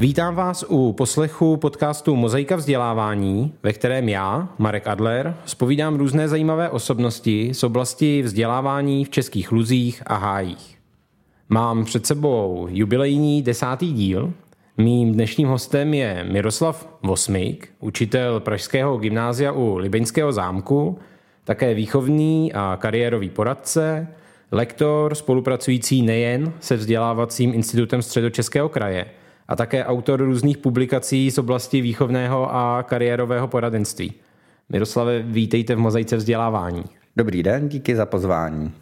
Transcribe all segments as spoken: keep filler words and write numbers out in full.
Vítám vás u poslechu podcastu Mozaika vzdělávání, ve kterém já, Marek Adler, zpovídám různé zajímavé osobnosti z oblasti vzdělávání v Českých Luzích a Hájích. Mám před sebou jubilejní desátý díl. Mým dnešním hostem je Miroslav Vosmik, učitel pražského gymnázia u Libeňského zámku, také výchovný a kariérový poradce, lektor spolupracující nejen se vzdělávacím institutem Středočeského kraje, a také autor různých publikací z oblasti výchovného a kariérového poradenství. Miroslave, vítejte v Mozaice vzdělávání. Dobrý den, díky za pozvání.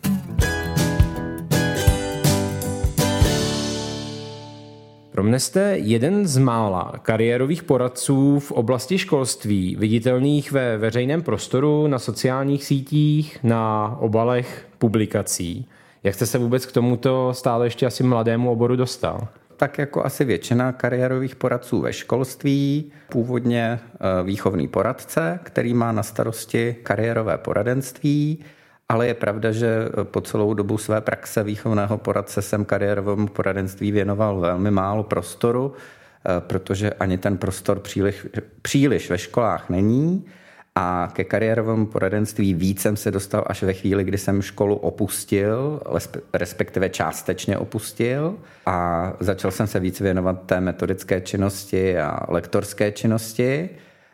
Pro mne jste jeden z mála kariérových poradců v oblasti školství, viditelných ve veřejném prostoru, na sociálních sítích, na obalech publikací. Jak jste se vůbec k tomuto stále ještě asi mladému oboru dostal? Tak jako asi většina kariérových poradců ve školství, původně výchovný poradce, který má na starosti kariérové poradenství, ale je pravda, že po celou dobu své praxe výchovného poradce jsem kariérovému poradenství věnoval velmi málo prostoru, protože ani ten prostor příliš, příliš ve školách není. A ke kariérovému poradenství víc jsem se dostal až ve chvíli, kdy jsem školu opustil, respektive částečně opustil, a začal jsem se víc věnovat té metodické činnosti a lektorské činnosti.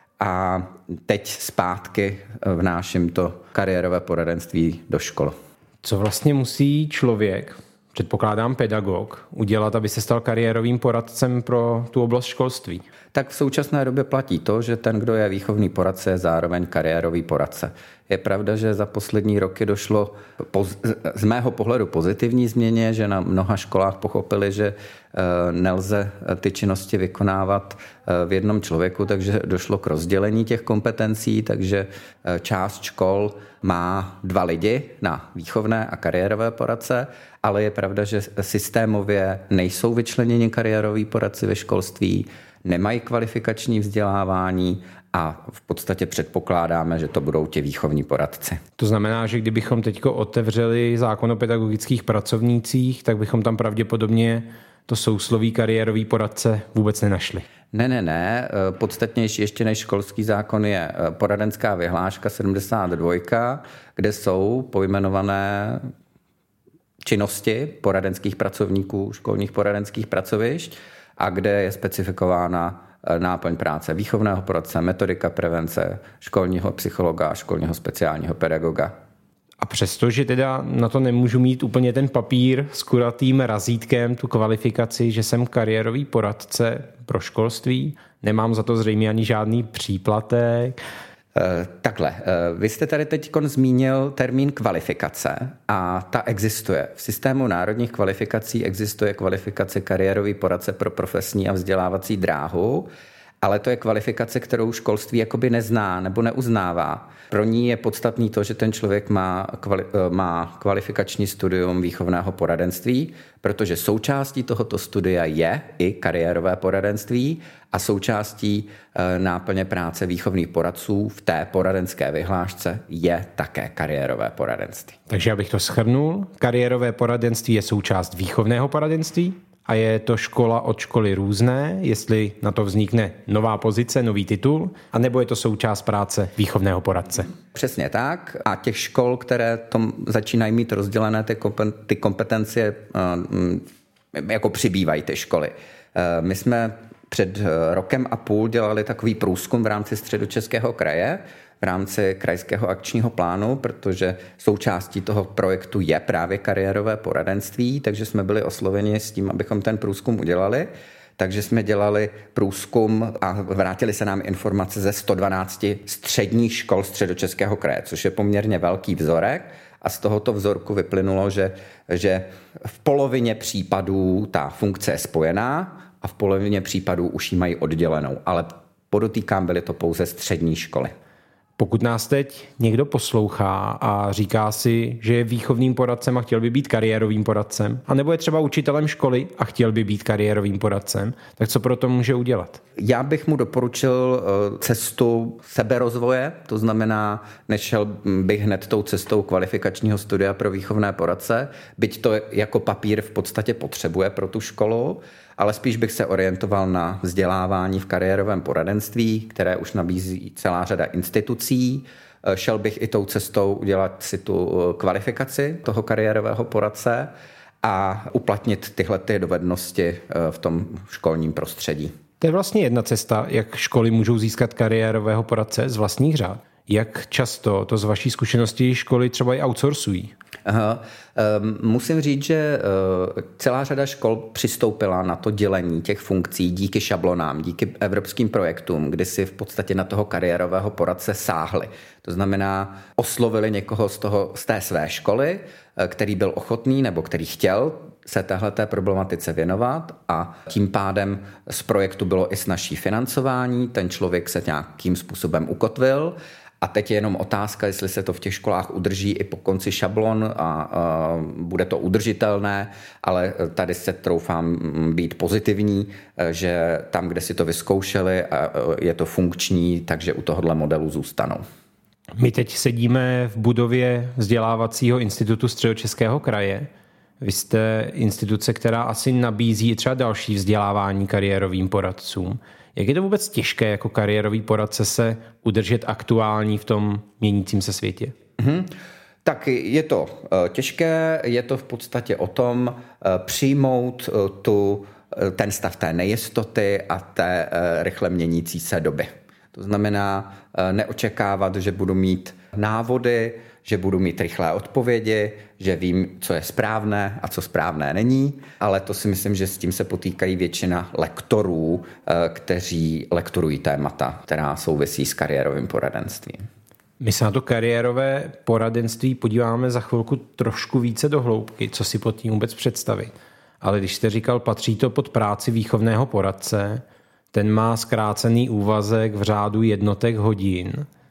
A teď zpátky vnáším to kariérové poradenství do škol. Co vlastně musí člověk, předpokládám pedagog, udělat, aby se stal kariérovým poradcem pro tu oblast školství? Tak v současné době platí to, že ten, kdo je výchovný poradce, je zároveň kariérový poradce. Je pravda, že za poslední roky došlo z mého pohledu pozitivní změně, že na mnoha školách pochopili, že nelze ty činnosti vykonávat v jednom člověku, takže došlo k rozdělení těch kompetencí, takže část škol má dva lidi na výchovné a kariérové poradce, ale je pravda, že systémově nejsou vyčleněni kariéroví poradci ve školství, nemají kvalifikační vzdělávání a v podstatě předpokládáme, že to budou ti výchovní poradci. To znamená, že kdybychom teďko otevřeli zákon o pedagogických pracovnících, tak bychom tam pravděpodobně to sousloví kariérový poradce vůbec nenašli. Ne, ne, ne. Podstatnější ještě než školský zákon je poradenská vyhláška sedmdesát dva, kde jsou pojmenované činnosti poradenských pracovníků, školních poradenských pracovišť, a kde je specifikována náplň práce výchovného poradce, metodika prevence, školního psychologa, školního speciálního pedagoga. A přesto, že teda na to nemůžu mít úplně ten papír s kuratým razítkem, tu kvalifikaci, že jsem kariérový poradce pro školství, nemám za to zřejmě ani žádný příplatek. Takhle, vy jste tady teď zmínil termín kvalifikace a ta existuje. V systému národních kvalifikací existuje kvalifikace kariérový poradce pro profesní a vzdělávací dráhu, ale to je kvalifikace, kterou školství jakoby nezná nebo neuznává. Pro ní je podstatný to, že ten člověk má, kvali- má kvalifikační studium výchovného poradenství, protože součástí tohoto studia je i kariérové poradenství a součástí e, náplně práce výchovných poradců v té poradenské vyhlášce je také kariérové poradenství. Takže abych to shrnul, kariérové poradenství je součást výchovného poradenství a je to škola od školy různé, jestli na to vznikne nová pozice, nový titul, anebo je to součást práce výchovného poradce. Přesně tak. A těch škol, které tom začínají mít rozdělené ty, kompen, ty kompetence, jako přibývají ty školy. My jsme před rokem a půl dělali takový průzkum v rámci Středočeského kraje, v rámci krajského akčního plánu, protože součástí toho projektu je právě kariérové poradenství, takže jsme byli osloveni s tím, abychom ten průzkum udělali. Takže jsme dělali průzkum a vrátili se nám informace ze sto dvanáct středních škol Středočeského kraje, což je poměrně velký vzorek. A z tohoto vzorku vyplynulo, že, že v polovině případů ta funkce je spojená a v polovině případů už ji mají oddělenou. Ale podotýkám, byly to pouze střední školy. Pokud nás teď někdo poslouchá a říká si, že je výchovným poradcem a chtěl by být kariérovým poradcem, anebo je třeba učitelem školy a chtěl by být kariérovým poradcem, tak co pro to může udělat? Já bych mu doporučil cestu seberozvoje, to znamená, nešel bych hned tou cestou kvalifikačního studia pro výchovné poradce, byť to jako papír v podstatě potřebuje pro tu školu, ale spíš bych se orientoval na vzdělávání v kariérovém poradenství, které už nabízí celá řada institucí. Šel bych i tou cestou udělat si tu kvalifikaci toho kariérového poradce a uplatnit tyhle ty dovednosti v tom školním prostředí. To je vlastně jedna cesta, jak školy můžou získat kariérového poradce z vlastních řád. Jak často to z vaší zkušenosti školy třeba i outsourcují? Aha. Musím říct, že celá řada škol přistoupila na to dělení těch funkcí díky šablonám, díky evropským projektům, kdy si v podstatě na toho kariérového poradce sáhli. To znamená, oslovili někoho z, toho, z té své školy, který byl ochotný nebo který chtěl se téhleté problematice věnovat a tím pádem z projektu bylo i snazší financování, ten člověk se nějakým způsobem ukotvil. A teď je jenom otázka, jestli se to v těch školách udrží i po konci šablon a, a bude to udržitelné, ale tady se troufám být pozitivní, že tam, kde si to vyzkoušeli, je to funkční, takže u tohohle modelu zůstanou. My teď sedíme v budově vzdělávacího institutu Středočeského kraje. Vy jste instituce, která asi nabízí třeba další vzdělávání kariérovým poradcům. Jak je to vůbec těžké jako kariérový poradce se udržet aktuální v tom měnícím se světě? Mm-hmm. Tak je to těžké, je to v podstatě o tom přijmout tu, ten stav té nejistoty a té rychle měnící se doby. To znamená neočekávat, že budu mít návody, že budu mít rychlé odpovědi, že vím, co je správné a co správné není, ale to si myslím, že s tím se potýkají většina lektorů, kteří lektorují témata, která souvisí s kariérovým poradenstvím. My se na to kariérové poradenství podíváme za chvilku trošku více do hloubky, co si pod tím vůbec představit. Ale když jste říkal, patří to pod práci výchovného poradce, ten má zkrácený úvazek v řádu jednotek hodin.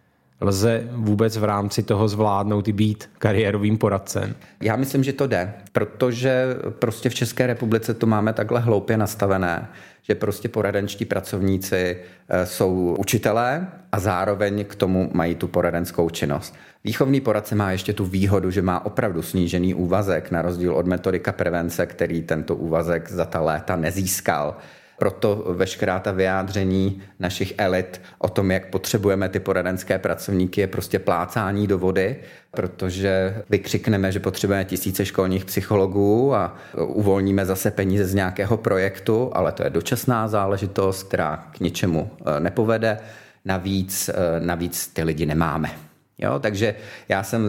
Lze vůbec v rámci toho zvládnout i být kariérovým poradcem? Já myslím, že to jde, protože prostě v České republice to máme takhle hloupě nastavené, že prostě poradenští pracovníci jsou učitelé a zároveň k tomu mají tu poradenskou činnost. Výchovný poradce má ještě tu výhodu, že má opravdu snížený úvazek, na rozdíl od metodika prevence, který tento úvazek za ta léta nezískal. Proto veškerá ta vyjádření našich elit o tom, jak potřebujeme ty poradenské pracovníky, je prostě plácání do vody, protože vykřikneme, že potřebujeme tisíce školních psychologů a uvolníme zase peníze z nějakého projektu, ale to je dočasná záležitost, která k ničemu nepovede. Navíc, navíc ty lidi nemáme. Jo, takže já jsem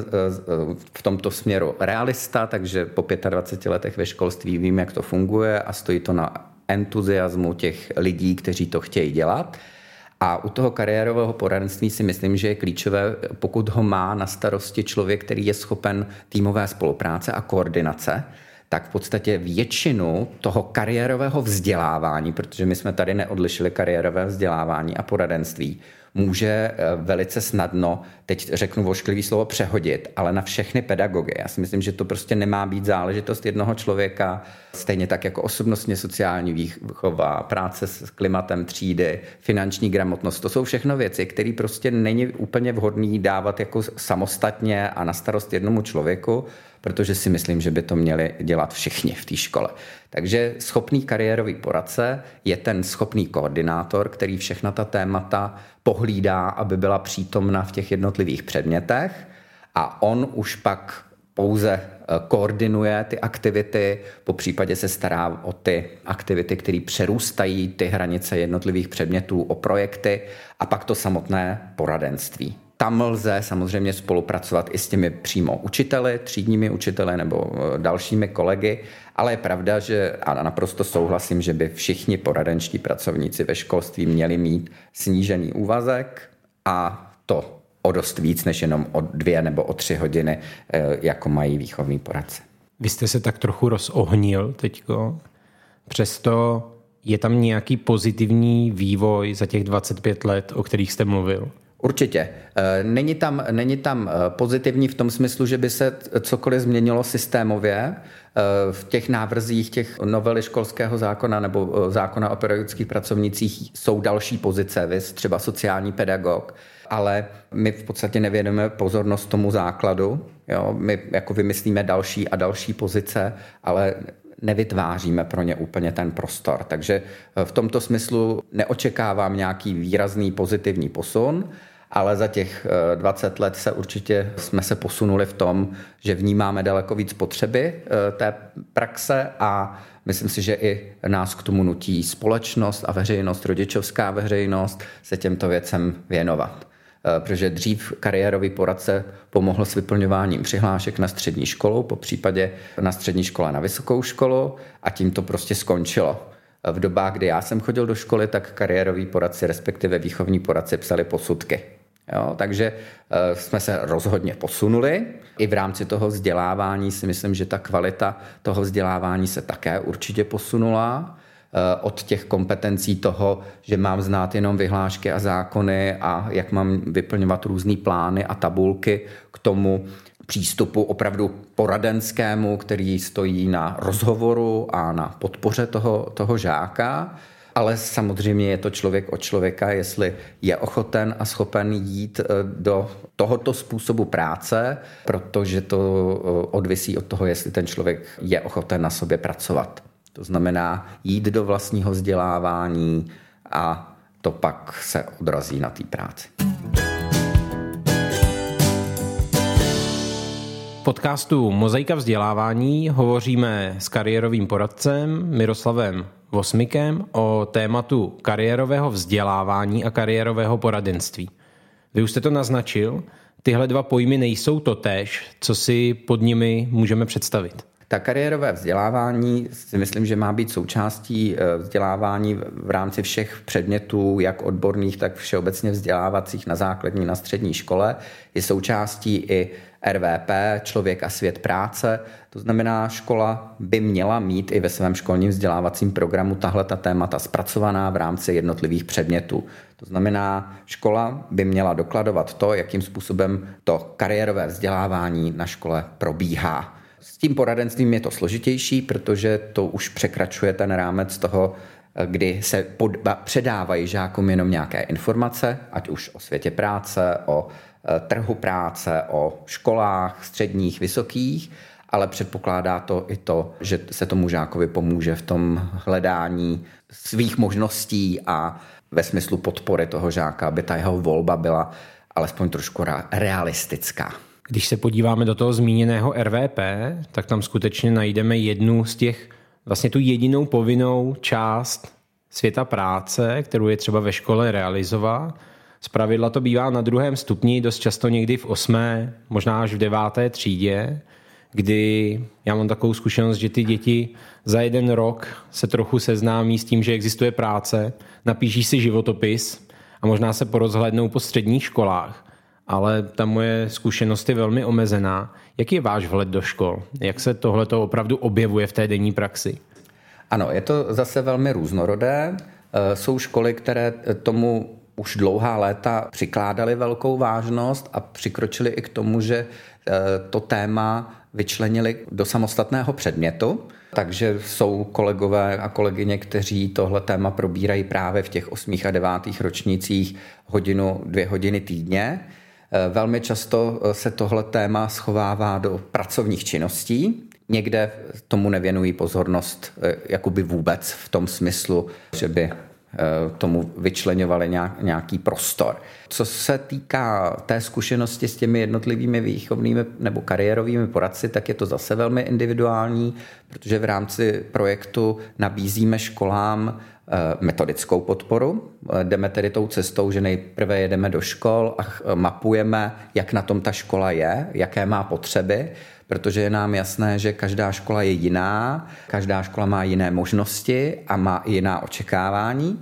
v tomto směru realista, takže po dvaceti pěti letech ve školství vím, jak to funguje a stojí to na entuziasmu těch lidí, kteří to chtějí dělat. A u toho kariérového poradenství si myslím, že je klíčové, pokud ho má na starosti člověk, který je schopen týmové spolupráce a koordinace, tak v podstatě většinu toho kariérového vzdělávání, protože my jsme tady neodlišili kariérové vzdělávání a poradenství, může velice snadno, teď řeknu vošklivý slovo, přehodit, ale na všechny pedagogy. Já si myslím, že to prostě nemá být záležitost jednoho člověka, stejně tak jako osobnostně sociální výchova, práce s klimatem třídy, finanční gramotnost. To jsou všechno věci, které prostě není úplně vhodný dávat jako samostatně a na starost jednomu člověku, protože si myslím, že by to měli dělat všichni v té škole. Takže schopný kariérový poradce je ten schopný koordinátor, který všechna ta témata pohlídá, aby byla přítomna v těch jednotlivých předmětech a on už pak pouze koordinuje ty aktivity, po případě se stará o ty aktivity, které přerůstají ty hranice jednotlivých předmětů, o projekty a pak to samotné poradenství. Tam lze samozřejmě spolupracovat i s těmi přímo učiteli, třídními učiteli nebo dalšími kolegy, ale je pravda, že a naprosto souhlasím, že by všichni poradenští pracovníci ve školství měli mít snížený úvazek a to o dost víc, než jenom o dvě nebo o tři hodiny, jako mají výchovní poradce. Vy jste se tak trochu rozohnil teďko, přesto je tam nějaký pozitivní vývoj za těch dvacet pět let, o kterých jste mluvil? Určitě. Není tam, není tam pozitivní v tom smyslu, že by se cokoliv změnilo systémově. V těch návrzích těch novely školského zákona nebo zákona o pedagogických pracovnicích jsou další pozice, viz třeba sociální pedagog, ale my v podstatě nevěnujeme pozornost tomu základu. Jo? My jako vymyslíme další a další pozice, ale nevytváříme pro ně úplně ten prostor. Takže v tomto smyslu neočekávám nějaký výrazný pozitivní posun, ale za těch dvacet let se určitě jsme se posunuli v tom, že vnímáme daleko víc potřeby té praxe a myslím si, že i nás k tomu nutí společnost a veřejnost, rodičovská veřejnost se těmto věcem věnovat. Protože dřív kariérový poradce pomohl s vyplňováním přihlášek na střední školu, po případě na střední škole na vysokou školu a tím to prostě skončilo. V dobách, kdy já jsem chodil do školy, tak kariéroví poradci, respektive výchovní poradci psali posudky. Jo, takže e, jsme se rozhodně posunuli. I v rámci toho vzdělávání si myslím, že ta kvalita toho vzdělávání se také určitě posunula. E, od těch kompetencí toho, že mám znát jenom vyhlášky a zákony a jak mám vyplňovat různý plány a tabulky, k tomu přístupu opravdu poradenskému, který stojí na rozhovoru a na podpoře toho, toho žáka. Ale samozřejmě je to člověk od člověka, jestli je ochoten a schopen jít do tohoto způsobu práce, protože to odvisí od toho, jestli ten člověk je ochoten na sobě pracovat. To znamená jít do vlastního vzdělávání a to pak se odrazí na té práci. V podcastu Mozaika vzdělávání hovoříme s kariérovým poradcem Miroslavem Vosmykem o tématu kariérového vzdělávání a kariérového poradenství. Vy už jste to naznačil, tyhle dva pojmy nejsou totéž, co si pod nimi můžeme představit. Ta kariérové vzdělávání si myslím, že má být součástí vzdělávání v rámci všech předmětů, jak odborných, tak všeobecně vzdělávacích na základní, na střední škole. Je součástí i R V P, člověk a svět práce. To znamená, škola by měla mít i ve svém školním vzdělávacím programu tahleta témata zpracovaná v rámci jednotlivých předmětů. To znamená, škola by měla dokladovat to, jakým způsobem to kariérové vzdělávání na škole probíhá. S tím poradenstvím je to složitější, protože to už překračuje ten rámec toho, kdy se podba- předávají žákům jenom nějaké informace, ať už o světě práce, o e, trhu práce, o školách středních, vysokých, ale předpokládá to i to, že se tomu žákovi pomůže v tom hledání svých možností a ve smyslu podpory toho žáka, aby ta jeho volba byla alespoň trošku realistická. Když se podíváme do toho zmíněného R V P, tak tam skutečně najdeme jednu z těch, vlastně tu jedinou povinnou část světa práce, kterou je třeba ve škole realizovat. Zpravidla to bývá na druhém stupni, dost často někdy v osmé, možná až v deváté třídě, kdy já mám takovou zkušenost, že ty děti za jeden rok se trochu seznámí s tím, že existuje práce, napíší si životopis a možná se porozhlédnou po středních školách. Ale ta moje zkušenost je velmi omezená. Jaký je váš vhled do škol? Jak se tohleto opravdu objevuje v té denní praxi? Ano, je to zase velmi různorodé. Jsou školy, které tomu už dlouhá léta přikládaly velkou vážnost a přikročili i k tomu, že to téma vyčlenili do samostatného předmětu. Takže jsou kolegové a kolegyně, kteří tohle téma probírají právě v těch osmých a devátých ročnících hodinu, dvě hodiny týdně. Velmi často se tohle téma schovává do pracovních činností. Někde tomu nevěnují pozornost jakoby vůbec v tom smyslu, že by tomu vyčleňovali nějaký prostor. Co se týká té zkušenosti s těmi jednotlivými výchovnými nebo kariérovými poradci, tak je to zase velmi individuální, protože v rámci projektu nabízíme školám metodickou podporu. Jdeme tedy tou cestou, že nejprve jedeme do škol a mapujeme, jak na tom ta škola je, jaké má potřeby, protože je nám jasné, že každá škola je jiná, každá škola má jiné možnosti a má jiná očekávání.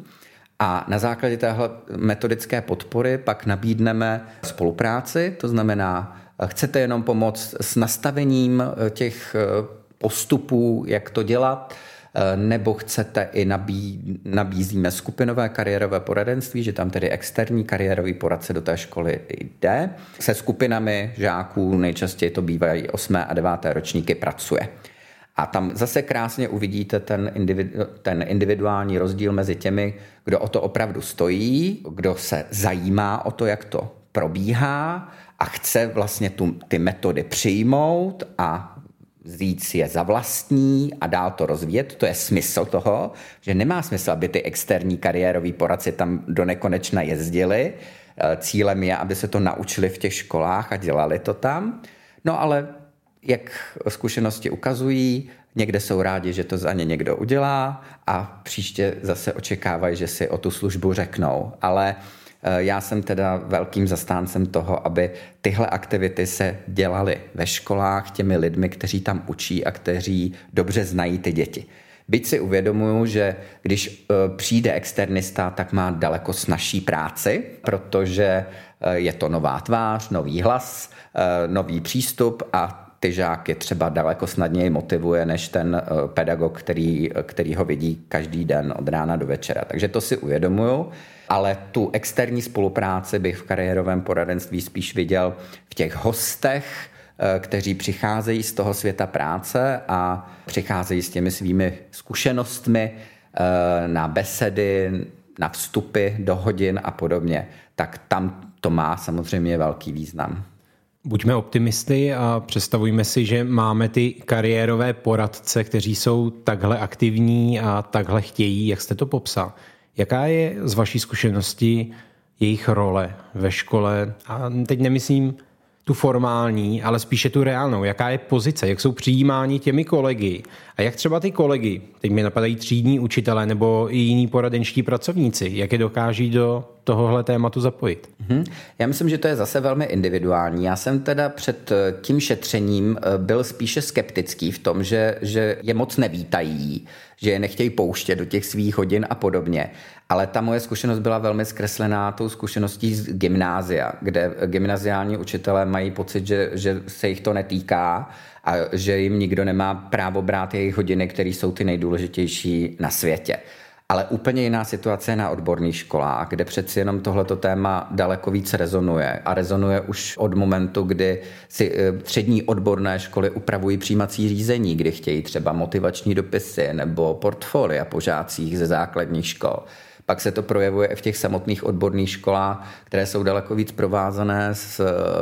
A na základě téhle metodické podpory pak nabídneme spolupráci, to znamená, chcete jenom pomoct s nastavením těch postupů, jak to dělat, nebo chcete i nabí, nabízíme skupinové kariérové poradenství, že tam tedy externí kariérový poradce do té školy jde. Se skupinami žáků, nejčastěji to bývají osmé a deváté ročníky, pracuje. A tam zase krásně uvidíte ten, individu, ten individuální rozdíl mezi těmi, kdo o to opravdu stojí, kdo se zajímá o to, jak to probíhá a chce vlastně tu, ty metody přijmout a vzít si je za vlastní a dál to rozvíjet. To je smysl toho, že nemá smysl, aby ty externí kariéroví poradci tam do nekonečna jezdili. Cílem je, aby se to naučili v těch školách a dělali to tam. No ale jak zkušenosti ukazují, někde jsou rádi, že to za ně někdo udělá a příště zase očekávají, že si o tu službu řeknou. Ale já jsem teda velkým zastáncem toho, aby tyhle aktivity se dělaly ve školách těmi lidmi, kteří tam učí a kteří dobře znají ty děti. Byť si uvědomuju, že když přijde externista, tak má daleko snazší práci, protože je to nová tvář, nový hlas, nový přístup a ty žáky třeba daleko snadněji motivuje než ten pedagog, který, který ho vidí každý den od rána do večera. Takže to si uvědomuju, ale tu externí spolupráci bych v kariérovém poradenství spíš viděl v těch hostech, kteří přicházejí z toho světa práce a přicházejí s těmi svými zkušenostmi na besedy, na vstupy do hodin a podobně. Tak tam to má samozřejmě velký význam. Buďme optimisty a představujme si, že máme ty kariérové poradce, kteří jsou takhle aktivní a takhle chtějí, jak jste to popsal. Jaká je z vaší zkušenosti jejich role ve škole? A teď nemyslím tu formální, ale spíše tu reálnou. Jaká je pozice, jak jsou přijímáni těmi kolegy a jak třeba ty kolegy, teď mi napadají třídní učitelé nebo i jiní poradenští pracovníci, jak je dokáží do tohohle tématu zapojit? Hmm. Já myslím, že to je zase velmi individuální. Já jsem teda před tím šetřením byl spíše skeptický v tom, že, že je moc nevítají, že je nechtějí pouštět do těch svých hodin a podobně. Ale ta moje zkušenost byla velmi zkreslená tou zkušeností z gymnázia, kde gymnaziální učitelé mají pocit, že, že se jich to netýká a že jim nikdo nemá právo brát jejich hodiny, které jsou ty nejdůležitější na světě. Ale úplně jiná situace je na odborných školách, kde přeci jenom tohleto téma daleko víc rezonuje. A rezonuje už od momentu, kdy si střední odborné školy upravují přijímací řízení, kdy chtějí třeba motivační dopisy nebo portfolia po žácích ze základních škol. Pak se to projevuje i v těch samotných odborných školách, které jsou daleko víc provázané s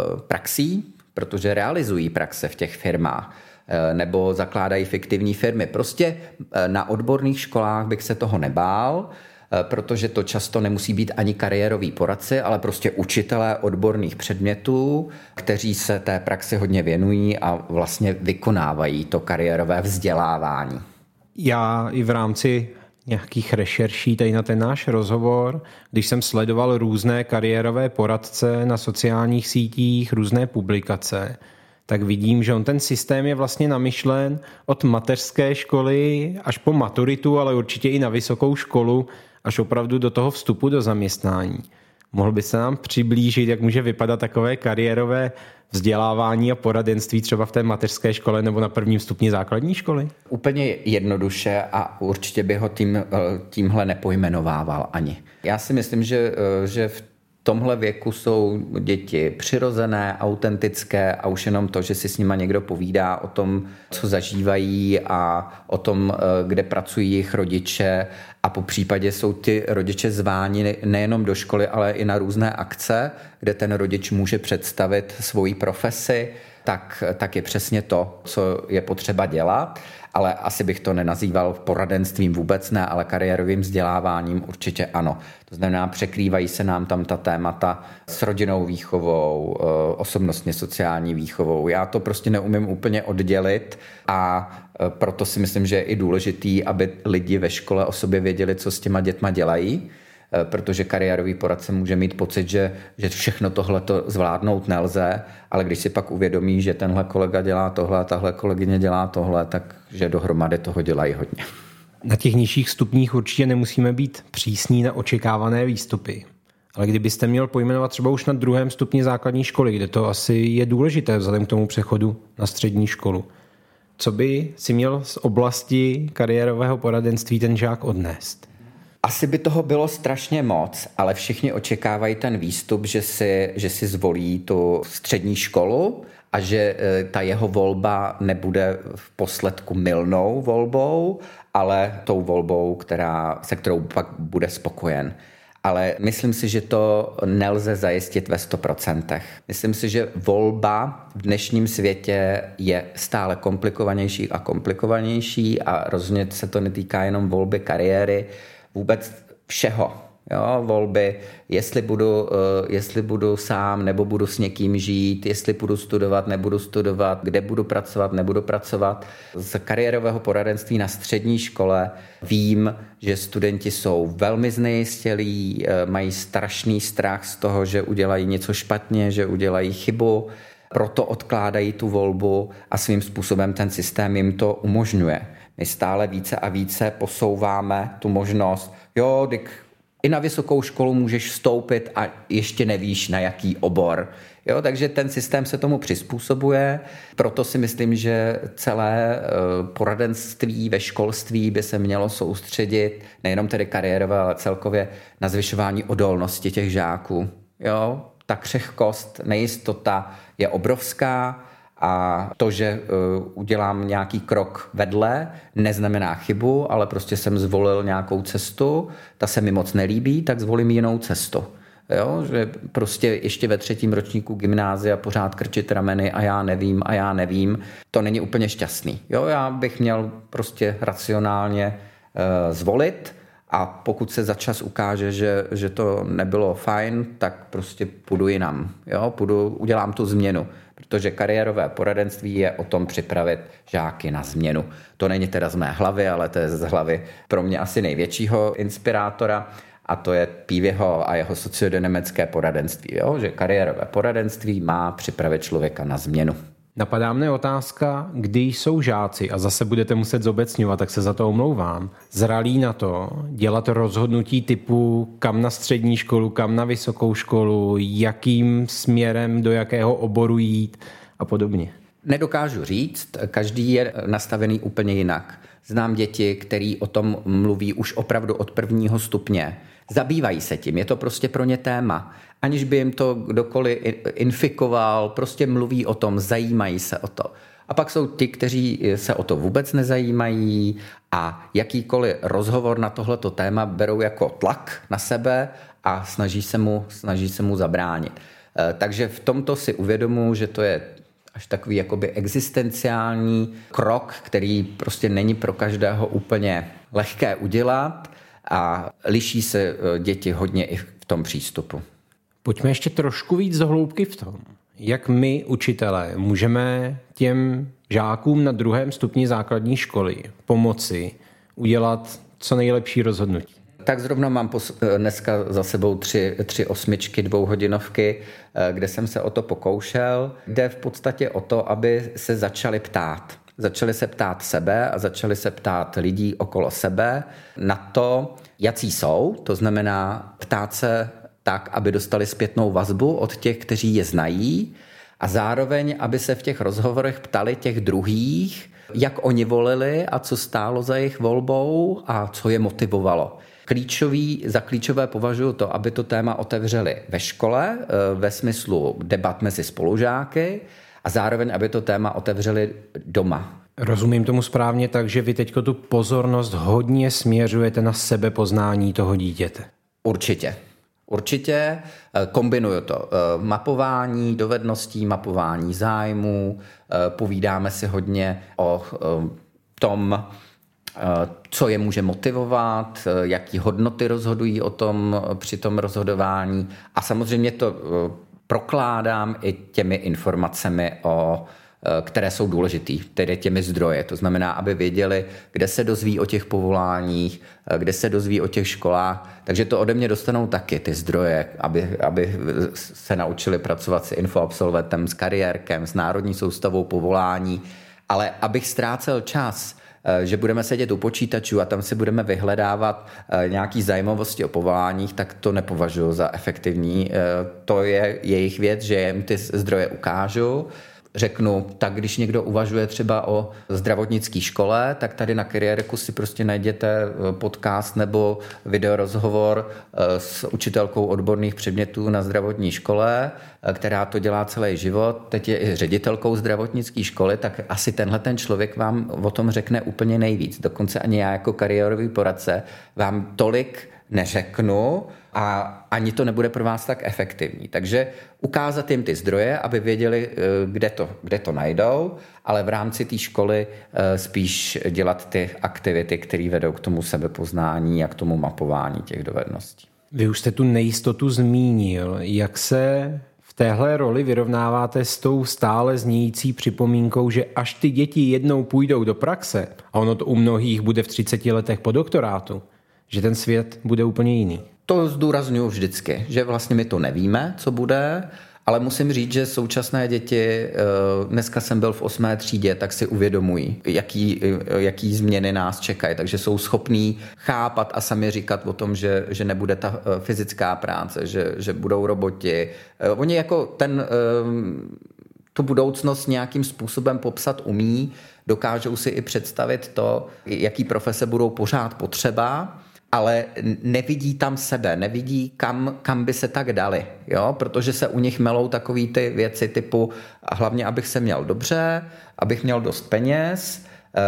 praxí, protože realizují praxe v těch firmách nebo zakládají fiktivní firmy. Prostě na odborných školách bych se toho nebál, protože to často nemusí být ani kariéroví poradci, ale prostě učitelé odborných předmětů, kteří se té praxi hodně věnují a vlastně vykonávají to kariérové vzdělávání. Já i v rámci nějakých rešerší tady na ten náš rozhovor, když jsem sledoval různé kariérové poradce na sociálních sítích, různé publikace, tak vidím, že on ten systém je vlastně namyšlen od mateřské školy až po maturitu, ale určitě i na vysokou školu, až opravdu do toho vstupu do zaměstnání. Mohl by se nám přiblížit, jak může vypadat takové kariérové vzdělávání a poradenství třeba v té mateřské škole nebo na prvním stupni základní školy? Úplně jednoduše a určitě by ho tím, tímhle nepojmenovával ani. Já si myslím, že, že v tomhle věku jsou děti přirozené, autentické a už jenom to, že si s nima někdo povídá o tom, co zažívají a o tom, kde pracují jejich rodiče a po případě jsou ty rodiče zváni nejenom do školy, ale i na různé akce, kde ten rodič může představit svoji profesi, tak, tak je přesně to, co je potřeba dělat. Ale asi bych to nenazýval poradenstvím, vůbec ne, ale kariérovým vzděláváním určitě ano. To znamená, překrývají se nám tam ta témata s rodinnou výchovou, osobnostně sociální výchovou. Já to prostě neumím úplně oddělit a proto si myslím, že je i důležitý, aby lidi ve škole o sobě věděli, co s těma dětma dělají, protože kariérový poradce může mít pocit, že, že všechno tohleto zvládnout nelze, ale když si pak uvědomí, že tenhle kolega dělá tohle a tahle kolegyně dělá tohle, tak že dohromady toho dělají hodně. Na těch nižších stupních určitě nemusíme být přísní na očekávané výstupy. Ale kdybyste měl pojmenovat třeba už na druhém stupni základní školy, kde to asi je důležité vzhledem k tomu přechodu na střední školu, co by si měl z oblasti kariérového poradenství ten žák odnést? Asi by toho bylo strašně moc, ale všichni očekávají ten výstup, že si, že si zvolí tu střední školu a že ta jeho volba nebude v posledku mylnou volbou, ale tou volbou, která, se kterou pak bude spokojen. ale myslím si, že to nelze zajistit ve sto procentech. Myslím si, že volba v dnešním světě je stále komplikovanější a komplikovanější a rozhodně se to netýká jenom volby kariéry, vůbec všeho. Jo, volby, jestli budu, jestli budu sám, nebo budu s někým žít, jestli budu studovat, nebudu studovat, kde budu pracovat, nebudu pracovat. Z kariérového poradenství na střední škole vím, že studenti jsou velmi znejistělí, mají strašný strach z toho, že udělají něco špatně, že udělají chybu, proto odkládají tu volbu a svým způsobem ten systém jim to umožňuje. My stále více a více posouváme tu možnost, jo, dyk, i na vysokou školu můžeš vstoupit a ještě nevíš, na jaký obor. Jo, takže ten systém se tomu přizpůsobuje, proto si myslím, že celé poradenství ve školství by se mělo soustředit, nejenom tedy kariérové, ale celkově na zvyšování odolnosti těch žáků. Jo, ta křehkost, nejistota je obrovská a to, že udělám nějaký krok vedle, neznamená chybu, ale prostě jsem zvolil nějakou cestu, ta se mi moc nelíbí, tak zvolím jinou cestu. Jo, že prostě ještě ve třetím ročníku gymnázia pořád krčit rameny a já nevím a já nevím, to není úplně šťastný. Jo, já bych měl prostě racionálně uh, zvolit a pokud se za čas ukáže, že, že to nebylo fajn, tak prostě půjdu jinam. Jo, půjdu, udělám tu změnu. Protože kariérové poradenství je o tom připravit žáky na změnu. To není teda z mé hlavy, ale to je z hlavy pro mě asi největšího inspirátora a to je Peavyho a jeho sociodynamické poradenství. Jo? Že kariérové poradenství má připravit člověka na změnu. Napadá mne otázka, kdy jsou žáci, a zase budete muset zobecňovat, tak se za to omlouvám, zralí na to dělat rozhodnutí typu kam na střední školu, kam na vysokou školu, jakým směrem, do jakého oboru jít a podobně. Nedokážu říct, každý je nastavený úplně jinak. Znám děti, který o tom mluví už opravdu od prvního stupně. Zabývají se tím, je to prostě pro ně téma. Aniž by jim to kdokoliv infikoval, prostě mluví o tom, zajímají se o to. A pak jsou ti, kteří se o to vůbec nezajímají a jakýkoliv rozhovor na tohleto téma berou jako tlak na sebe a snaží se mu, snaží se mu zabránit. Takže v tomto si uvědomuji, že to je až takový jakoby existenciální krok, který prostě není pro každého úplně lehké udělat a liší se děti hodně i v tom přístupu. Pojďme ještě trošku víc do hloubky v tom, jak my, učitelé, můžeme těm žákům na druhém stupni základní školy pomoci udělat co nejlepší rozhodnutí. Tak zrovna mám dneska za sebou tři, tři osmičky, dvouhodinovky, kde jsem se o to pokoušel. Jde v podstatě o to, aby se začali ptát. Začali se ptát sebe a začali se ptát lidí okolo sebe na to, jací jsou. To znamená ptát se tak, aby dostali zpětnou vazbu od těch, kteří je znají a zároveň, aby se v těch rozhovorech ptali těch druhých, jak oni volili a co stálo za jejich volbou a co je motivovalo. Klíčový, za klíčové považuji to, aby to téma otevřeli ve škole, ve smyslu debat mezi spolužáky a zároveň, aby to téma otevřeli doma. Rozumím tomu správně tak, že vy teďko tu pozornost hodně směřujete na sebepoznání toho dítěte. Určitě. Určitě kombinuju to. Mapování dovedností, mapování zájmů, povídáme si hodně o tom, co je může motivovat, jaký hodnoty rozhodují o tom při tom rozhodování a samozřejmě to prokládám i těmi informacemi, o, které jsou důležitý, tedy těmi zdroje. To znamená, aby věděli, kde se dozví o těch povoláních, kde se dozví o těch školách. Takže to ode mě dostanou taky ty zdroje, aby, aby se naučili pracovat s infoabsolventem, s kariérkem, s národní soustavou povolání. Ale abych ztrácel čas, že budeme sedět u počítačů a tam si budeme vyhledávat nějaký zajímavosti o povoláních, tak to nepovažuji za efektivní. To je jejich věc, že jim ty zdroje ukážu. Řeknu, tak když někdo uvažuje třeba o zdravotnické škole, tak tady na Kariérku si prostě najděte podcast nebo videorozhovor s učitelkou odborných předmětů na zdravotní škole, která to dělá celý život. Teď je i ředitelkou zdravotnické školy, tak asi tenhle ten člověk vám o tom řekne úplně nejvíc. Dokonce ani já jako kariérový poradce vám tolik neřeknu, a ani to nebude pro vás tak efektivní. Takže ukázat jim ty zdroje, aby věděli, kde to, kde to najdou, ale v rámci té školy spíš dělat ty aktivity, které vedou k tomu sebepoznání a k tomu mapování těch dovedností. Vy už jste tu nejistotu zmínil. Jak se v téhle roli vyrovnáváte s tou stále znějící připomínkou, že až ty děti jednou půjdou do praxe, a ono to u mnohých bude v třiceti letech po doktorátu, že ten svět bude úplně jiný? To zdůrazňuji vždycky, že vlastně my to nevíme, co bude, ale musím říct, že současné děti, dneska jsem byl v osmé třídě, tak si uvědomují, jaký, jaký změny nás čekají, takže jsou schopní chápat a sami říkat o tom, že, že nebude ta fyzická práce, že, že budou roboti. Oni jako ten, tu budoucnost nějakým způsobem popsat umí, dokážou si i představit to, jaký profese budou pořád potřeba, ale nevidí tam sebe, nevidí, kam, kam by se tak dali, jo? Protože se u nich melou takový ty věci typu hlavně, abych se měl dobře, abych měl dost peněz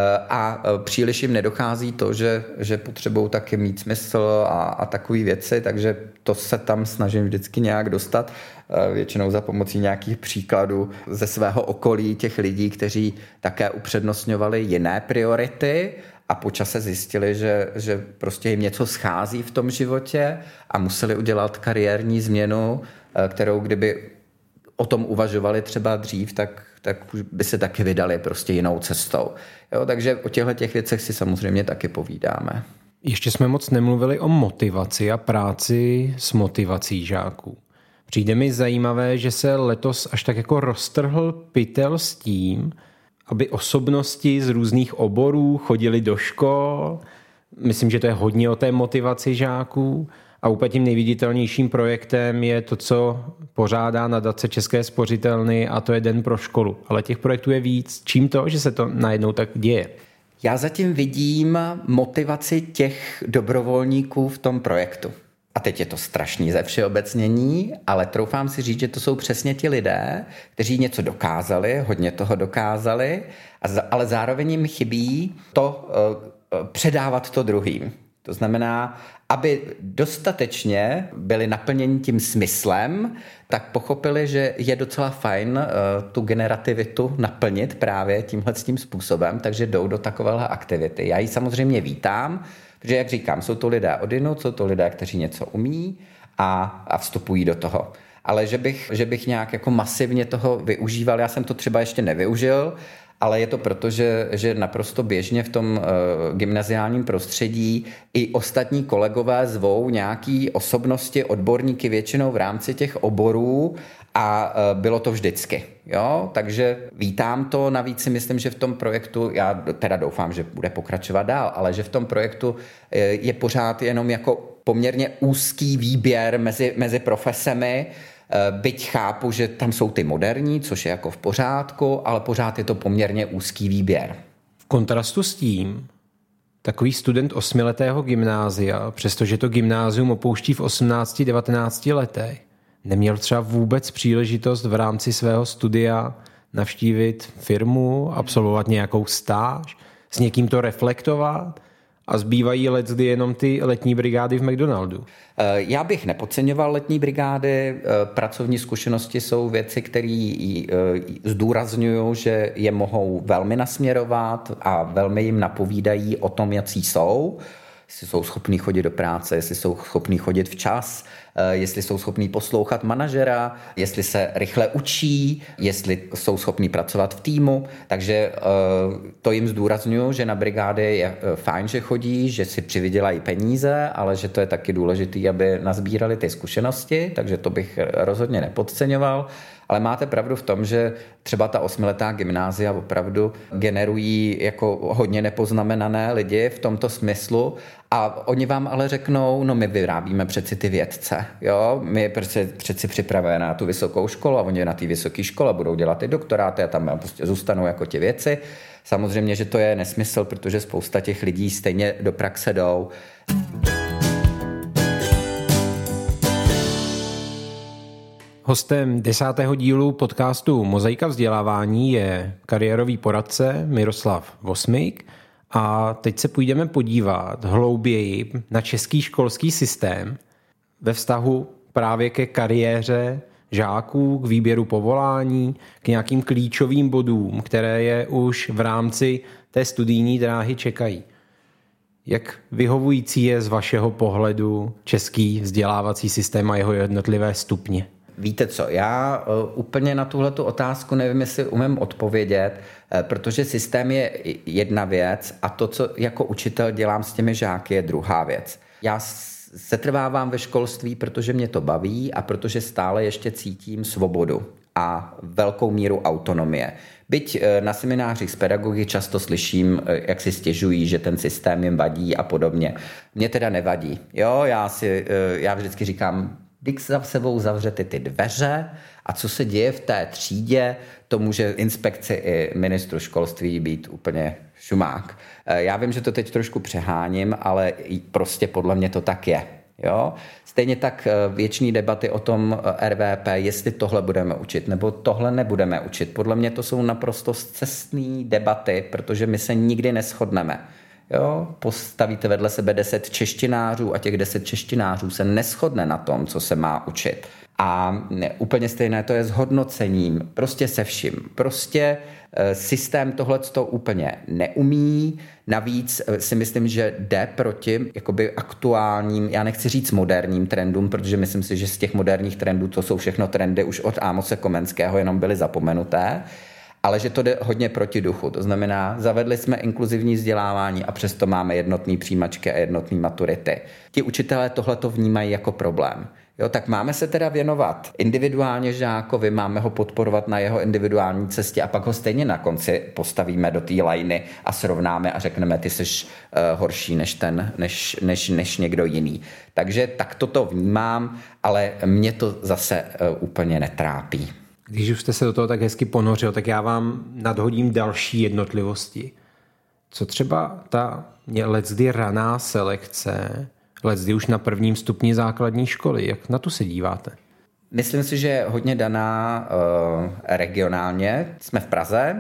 a příliš jim nedochází to, že, že potřebují taky mít smysl a, a takové věci, takže to se tam snažím vždycky nějak dostat, většinou za pomocí nějakých příkladů ze svého okolí těch lidí, kteří také upřednostňovali jiné priority, a po čase zjistili, že, že prostě jim něco schází v tom životě a museli udělat kariérní změnu, kterou kdyby o tom uvažovali třeba dřív, tak, tak by se taky vydali prostě jinou cestou. Jo, takže o těchto těch věcech si samozřejmě taky povídáme. Ještě jsme moc nemluvili o motivaci a práci s motivací žáků. Přijde mi zajímavé, že se letos až tak jako roztrhl pytel s tím, aby osobnosti z různých oborů chodili do škol. Myslím, že to je hodně o té motivaci žáků. A úplně tím nejviditelnějším projektem je to, co pořádá nadace České spořitelny, a to je Den pro školu. Ale těch projektů je víc. Čím to, že se to najednou tak děje? Já zatím vidím motivaci těch dobrovolníků v tom projektu. A teď je to strašný ze všeobecnění, ale troufám si říct, že to jsou přesně ti lidé, kteří něco dokázali, hodně toho dokázali, ale zároveň jim chybí to předávat to druhým. To znamená, aby dostatečně byli naplněni tím smyslem, tak pochopili, že je docela fajn tu generativitu naplnit právě tímhle tím způsobem, takže jdou do takovéhle aktivity. Já ji samozřejmě vítám, protože, jak říkám, jsou to lidé odinut, jsou to lidé, kteří něco umí a, a vstupují do toho. Ale že bych, že bych nějak jako masivně toho využíval, já jsem to třeba ještě nevyužil, ale je to proto, že, že naprosto běžně v tom uh, gymnaziálním prostředí i ostatní kolegové zvou nějaký osobnosti, odborníky většinou v rámci těch oborů a uh, bylo to vždycky. Jo? Takže vítám to, navíc si myslím, že v tom projektu, já teda doufám, že bude pokračovat dál, ale že v tom projektu uh, je pořád jenom jako poměrně úzký výběr mezi, mezi profesemi. Byť chápu, že tam jsou ty moderní, což je jako v pořádku, ale pořád je to poměrně úzký výběr. V kontrastu s tím, takový student osmiletého gymnázia, přestože to gymnázium opouští v osmnácti devatenácti letech, neměl třeba vůbec příležitost v rámci svého studia navštívit firmu, absolvovat nějakou stáž, s někým to reflektovat, a zbývají leckdy jenom ty letní brigády v McDonaldu. Já bych nepodceňoval letní brigády. Pracovní zkušenosti jsou věci, které zdůrazňují, že je mohou velmi nasměrovat a velmi jim napovídají o tom, jací jsou. Jestli jsou schopní chodit do práce, jestli jsou schopní chodit včas, jestli jsou schopní poslouchat manažera, jestli se rychle učí, jestli jsou schopní pracovat v týmu. Takže to jim zdůrazňuji, že na brigády je fajn, že chodí, že si přivydělají peníze, ale že to je taky důležité, aby nazbírali ty zkušenosti, takže to bych rozhodně nepodceňoval. Ale máte pravdu v tom, že třeba ta osmiletá gymnázia opravdu generují jako hodně nepoznamenané lidi v tomto smyslu a oni vám ale řeknou, no my vyrábíme přeci ty vědce, jo, my přeci, přeci připravujeme na tu vysokou školu a oni na té vysoké škole budou dělat ty doktoráty a tam prostě zůstanou jako ti věci. Samozřejmě, že to je nesmysl, protože spousta těch lidí stejně do praxe jdou. Hostem desátého dílu podcastu Mozaika vzdělávání je kariérový poradce Miroslav Vosmik a teď se půjdeme podívat hlouběji na český školský systém. ve vztahu právě ke kariéře žáků, k výběru povolání, k nějakým klíčovým bodům, které je už v rámci té studijní dráhy čekají. Jak vyhovující je z vašeho pohledu český vzdělávací systém a jeho jednotlivé stupně? Víte co, já uh, úplně na tuhletu otázku nevím, jestli umím odpovědět, uh, protože systém je jedna věc a to, co jako učitel dělám s těmi žáky, je druhá věc. Já setrvávám ve školství, protože mě to baví a protože stále ještě cítím svobodu a velkou míru autonomie. Byť na seminářích s pedagogy často slyším, jak si stěžují, že ten systém jim vadí a podobně. Mně teda nevadí. Jo, já, si, já vždycky říkám, když za sebou zavřete ty dveře a co se děje v té třídě, to může inspekci i ministru školství být úplně šumák. Já vím, že to teď trošku přeháním, ale prostě podle mě to tak je. Jo? Stejně tak věčný debaty o tom R V P, jestli tohle budeme učit nebo tohle nebudeme učit. Podle mě to jsou naprosto scestné debaty, protože my se nikdy neshodneme. Jo? Postavíte vedle sebe deset češtinářů a těch deset češtinářů se neshodne na tom, co se má učit. A úplně stejné to je s hodnocením, prostě se vším. Prostě systém tohleto úplně neumí, navíc si myslím, že jde proti jakoby aktuálním, já nechci říct moderním trendům, protože myslím si, že z těch moderních trendů to jsou všechno trendy už od Amose Komenského, jenom byly zapomenuté, ale že to jde hodně proti duchu. To znamená, zavedli jsme inkluzivní vzdělávání a přesto máme jednotné přijímačky a jednotné maturity. Ti učitelé tohleto vnímají jako problém. Jo, tak máme se teda věnovat individuálně žákovi, máme ho podporovat na jeho individuální cestě a pak ho stejně na konci postavíme do té lajny a srovnáme a řekneme, ty jsi uh, horší než ten, než, než, než někdo jiný. Takže tak toto vnímám, ale mě to zase uh, úplně netrápí. Když už jste se do toho tak hezky ponořil, tak já vám nadhodím další jednotlivosti. Co třeba ta leckdy raná selekce, leckdy už na prvním stupni základní školy, jak na to se díváte? Myslím si, že je hodně daná uh, regionálně. Jsme v Praze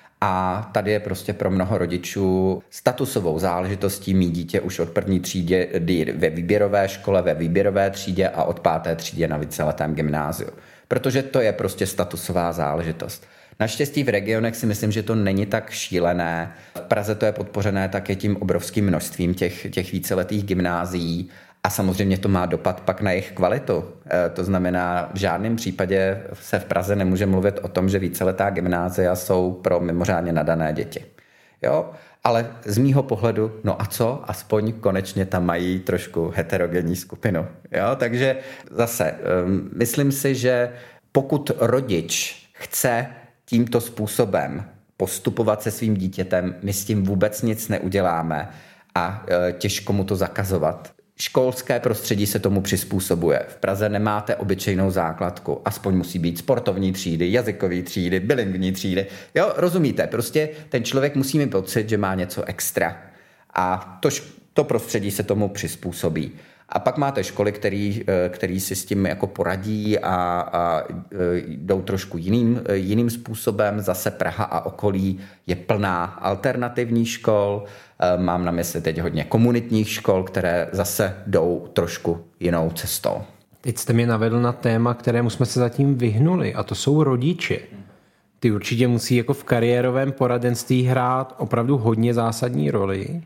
a tady je prostě pro mnoho rodičů statusovou záležitostí mít dítě už od první třídě ve výběrové škole, ve výběrové třídě a od páté třídě na víceletém gymnáziu. Protože to je prostě statusová záležitost. Naštěstí v regionech si myslím, že to není tak šílené. V Praze to je podpořené také tím obrovským množstvím těch, těch víceletých gymnázií a samozřejmě to má dopad pak na jejich kvalitu. E, to znamená, v žádném případě se v Praze nemůže mluvit o tom, že víceletá gymnázia jsou pro mimořádně nadané děti. Jo? Ale z mýho pohledu, no a co? Aspoň konečně tam mají trošku heterogenní skupinu. Jo? Takže zase, um, myslím si, že pokud rodič chce tímto způsobem postupovat se svým dítětem, my s tím vůbec nic neuděláme a e, těžko mu to zakazovat. Školské prostředí se tomu přizpůsobuje. V Praze nemáte obyčejnou základku, aspoň musí být sportovní třídy, jazykové třídy, bilingvní třídy. Jo, rozumíte, prostě ten člověk musí mít pocit, že má něco extra. A to, to prostředí se tomu přizpůsobí. A pak máte školy, který, který si s tím jako poradí a, a jdou trošku jiným, jiným způsobem. Zase Praha a okolí je plná alternativních škol. Mám na mysli teď hodně komunitních škol, které zase jdou trošku jinou cestou. Teď jste mě navedl na téma, kterému jsme se zatím vyhnuli, a to jsou rodiče. Ty určitě musí jako v kariérovém poradenství hrát opravdu hodně zásadní roli.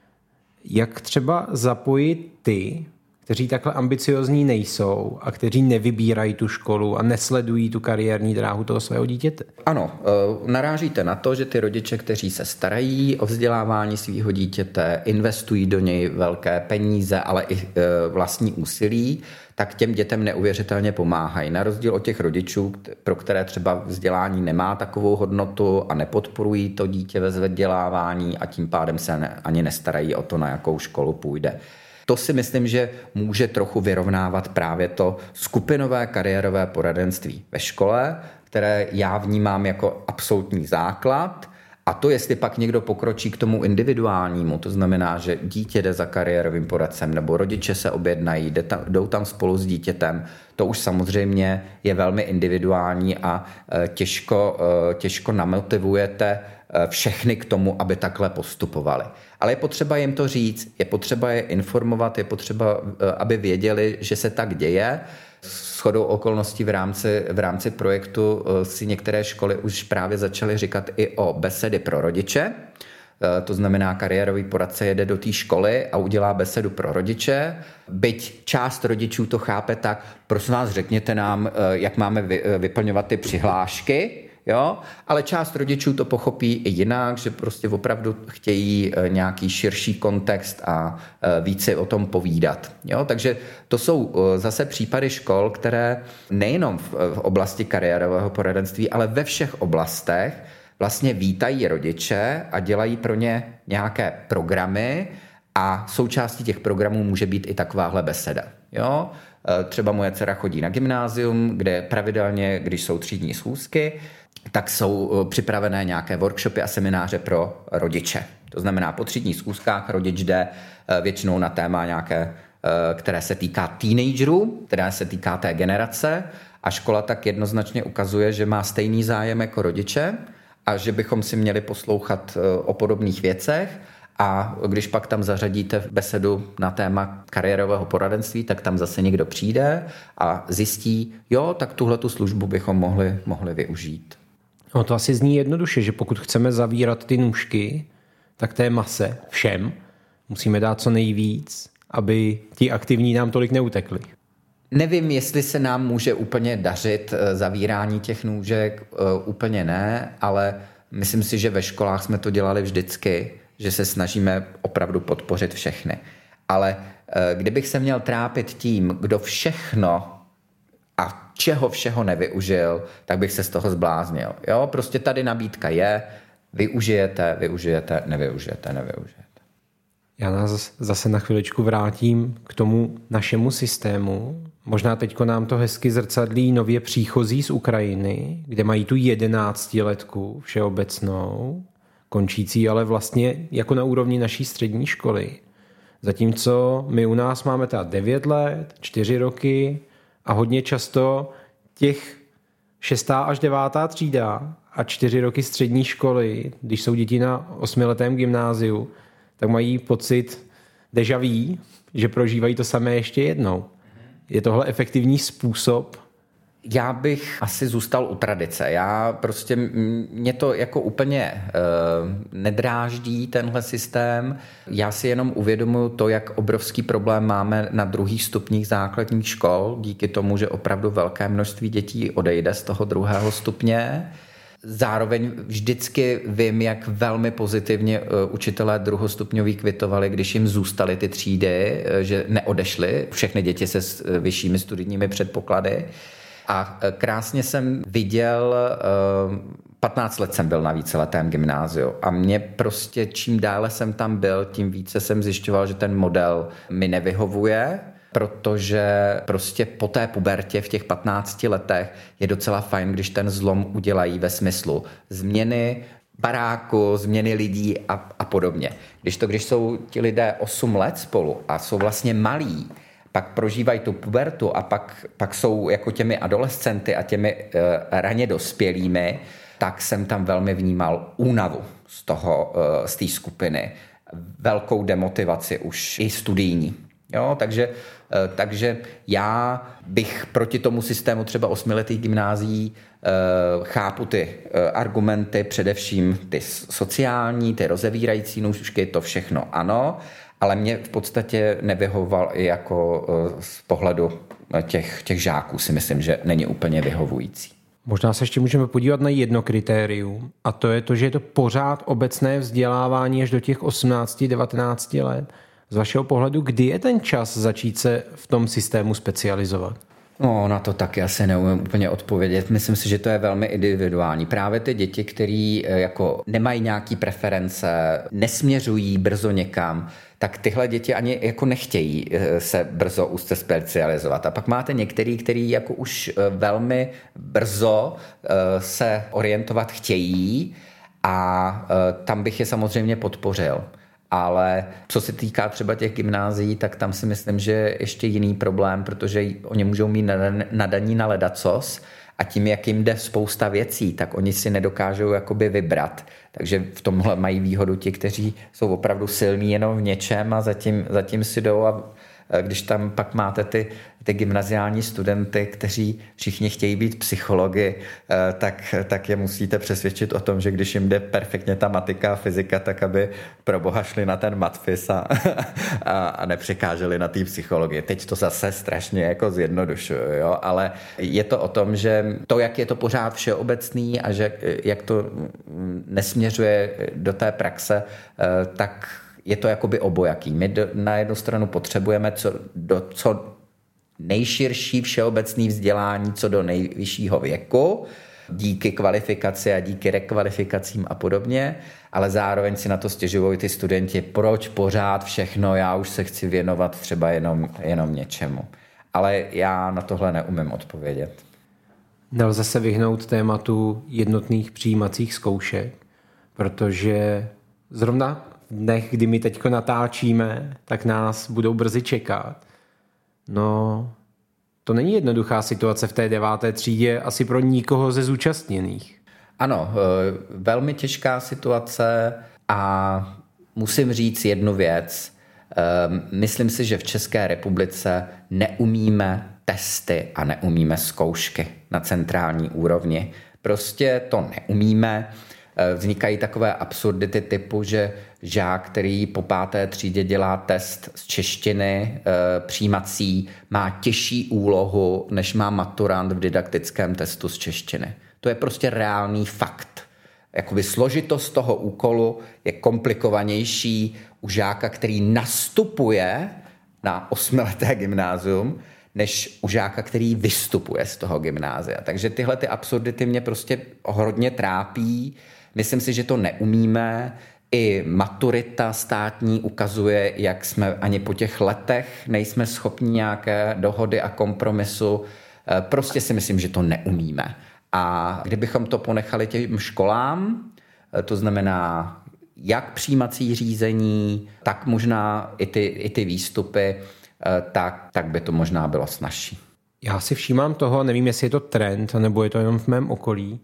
Jak třeba zapojit ty, kteří takhle ambiciozní nejsou a kteří nevybírají tu školu a nesledují tu kariérní dráhu toho svého dítěte? Ano, narážíte na to, že ty rodiče, kteří se starají o vzdělávání svého dítěte, investují do něj velké peníze, ale i vlastní úsilí, tak těm dětem neuvěřitelně pomáhají. Na rozdíl od těch rodičů, pro které třeba vzdělání nemá takovou hodnotu a nepodporují to dítě ve vzdělávání a tím pádem se ani nestarají o to, na jakou školu půjde. To si myslím, že může trochu vyrovnávat právě to skupinové kariérové poradenství ve škole, které já vnímám jako absolutní základ A to, jestli pak někdo pokročí k tomu individuálnímu, to znamená, že dítě jde za kariérovým poradcem nebo rodiče se objednají, jde tam, jdou tam spolu s dítětem, to už samozřejmě je velmi individuální a těžko, těžko namotivujete všechny k tomu, aby takhle postupovali. Ale je potřeba jim to říct, je potřeba je informovat, je potřeba, aby věděli, že se tak děje. Shodou okolností v rámci, v rámci projektu si některé školy už právě začaly říkat i o besedy pro rodiče. To znamená, kariérový poradce jede do té školy a udělá besedu pro rodiče. Byť část rodičů to chápe tak, prosím vás, řekněte nám, jak máme vyplňovat ty přihlášky, jo? Ale část rodičů to pochopí i jinak, že prostě opravdu chtějí nějaký širší kontext a více o tom povídat. Jo? Takže to jsou zase případy škol, které nejenom v oblasti kariérového poradenství, ale ve všech oblastech vlastně vítají rodiče a dělají pro ně nějaké programy a součástí těch programů může být i takováhle beseda. Jo? Třeba moje dcera chodí na gymnázium, kde pravidelně, když jsou třídní schůzky, tak jsou připravené nějaké workshopy a semináře pro rodiče. To znamená, po třídních schůzkách rodič jde většinou na téma nějaké, které se týká teenagerů, které se týká té generace a škola tak jednoznačně ukazuje, že má stejný zájem jako rodiče a že bychom si měli poslouchat o podobných věcech. A když pak tam zařadíte besedu na téma kariérového poradenství, tak tam zase někdo přijde a zjistí, jo, tak tuhletu službu bychom mohli, mohli využít. No to asi zní jednoduše, že pokud chceme zavírat ty nůžky, tak té mase všem musíme dát co nejvíc, aby ti aktivní nám tolik neutekli. Nevím, jestli se nám může úplně dařit zavírání těch nůžek, úplně ne, ale myslím si, že ve školách jsme to dělali vždycky, že se snažíme opravdu podpořit všechny. Ale kdybych se měl trápit tím, kdo všechno a čeho všeho nevyužil, tak bych se z toho zbláznil. Jo, prostě tady nabídka je, využijete, využijete, nevyužijete, nevyužijete. Já nás zase na chviličku vrátím k tomu našemu systému. Možná teďko nám to hezky zrcadlí nově příchozí z Ukrajiny, kde mají tu jedenáctiletku všeobecnou, končící ale vlastně jako na úrovni naší střední školy. Zatímco my u nás máme teda devět let, čtyři roky a hodně často těch šestá až devátá třída a čtyři roky střední školy, když jsou děti na osmiletém gymnáziu, tak mají pocit déjà vu, že prožívají to samé ještě jednou. Je tohle efektivní způsob? Já bych asi zůstal u tradice. Já prostě, mě to jako úplně e, nedráždí tenhle systém. Já si jenom uvědomuji to, jak obrovský problém máme na druhých stupních základních škol, díky tomu, že opravdu velké množství dětí odejde z toho druhého stupně. Zároveň vždycky vím, jak velmi pozitivně učitelé druhostupňoví kvitovali, když jim zůstaly ty třídy, že neodešly všechny děti se s vyššími studijními předpoklady. A krásně jsem viděl, patnáct let jsem byl na víceletém gymnáziu a mě prostě čím dále jsem tam byl, tím více jsem zjišťoval, že ten model mi nevyhovuje, protože prostě po té pubertě v těch patnácti letech je docela fajn, když ten zlom udělají ve smyslu změny baráku, změny lidí a, a podobně. Když to, když jsou ti lidé osm let spolu a jsou vlastně malí, pak prožívají tu pubertu a pak, pak jsou jako těmi adolescenty a těmi uh, raně dospělými, tak jsem tam velmi vnímal únavu z toho, uh, z té skupiny. Velkou demotivaci už i studijní. Jo, takže, uh, takže já bych proti tomu systému třeba osmiletých gymnázií uh, chápu ty uh, argumenty, především ty sociální, ty rozevírající nůžky, to všechno ano, ale mě v podstatě nevyhovoval i jako z pohledu těch, těch žáků, si myslím, že není úplně vyhovující. Možná se ještě můžeme podívat na jedno kritérium a to je to, že je to pořád obecné vzdělávání až do těch osmnácti devatenácti let. Z vašeho pohledu, kdy je ten čas začít se v tom systému specializovat? No, na to taky asi neumím úplně odpovědět. Myslím si, že to je velmi individuální. Právě ty děti, které jako nemají nějaký preference, nesměřují brzo někam, tak tyhle děti ani jako nechtějí se brzo úzce specializovat. A pak máte některý, který jako už velmi brzo se orientovat chtějí, a tam bych je samozřejmě podpořil. Ale co se týká třeba těch gymnázií, tak tam si myslím, že je ještě jiný problém, protože oni můžou mít nadaní na ledacos a tím, jak jim jde spousta věcí, tak oni si nedokážou jakoby vybrat. Takže v tomhle mají výhodu ti, kteří jsou opravdu silní jenom v něčem a zatím, zatím si jdou a když tam pak máte ty, ty gymnaziální studenty, kteří všichni chtějí být psychologi, tak, tak je musíte přesvědčit o tom, že když jim jde perfektně ta matika a fyzika, tak aby pro boha šli na ten matfis a, a, a nepřekáželi na té psychologii. Teď to zase strašně jako zjednodušuju, jo? Ale je to o tom, že to, jak je to pořád všeobecný a že jak to nesměřuje do té praxe, tak je to jakoby obojaký. My do, na jednu stranu potřebujeme co, do co nejširší všeobecný vzdělání, co do nejvyššího věku, díky kvalifikaci a díky rekvalifikacím a podobně, ale zároveň si na to stěžují ty studenti, proč pořád všechno, já už se chci věnovat třeba jenom, jenom něčemu. Ale já na tohle neumím odpovědět. Nelze se vyhnout tématu jednotných přijímacích zkoušek, protože zrovna v dnech, kdy my teďko natáčíme, tak nás budou brzy čekat. No, to není jednoduchá situace v té deváté třídě asi pro nikoho ze zúčastněných. Ano, velmi těžká situace a musím říct jednu věc. Myslím si, že v České republice neumíme testy a neumíme zkoušky na centrální úrovni. Prostě to neumíme. Vznikají takové absurdity typu, že žák, který po páté třídě dělá test z češtiny přijímací, má těžší úlohu, než má maturant v didaktickém testu z češtiny. To je prostě reálný fakt. Jakoby složitost toho úkolu je komplikovanější u žáka, který nastupuje na osmileté gymnázium, než u žáka, který vystupuje z toho gymnázia. Takže tyhle ty absurdity mě prostě hodně trápí. Myslím si, že to neumíme. I maturita státní ukazuje, jak jsme ani po těch letech nejsme schopni nějaké dohody a kompromisu. Prostě si myslím, že to neumíme. A kdybychom to ponechali těm školám, to znamená jak přijímací řízení, tak možná i ty, i ty výstupy, tak, tak by to možná bylo snazší. Já si všímám toho, nevím, jestli je to trend, nebo je to jenom v mém okolí,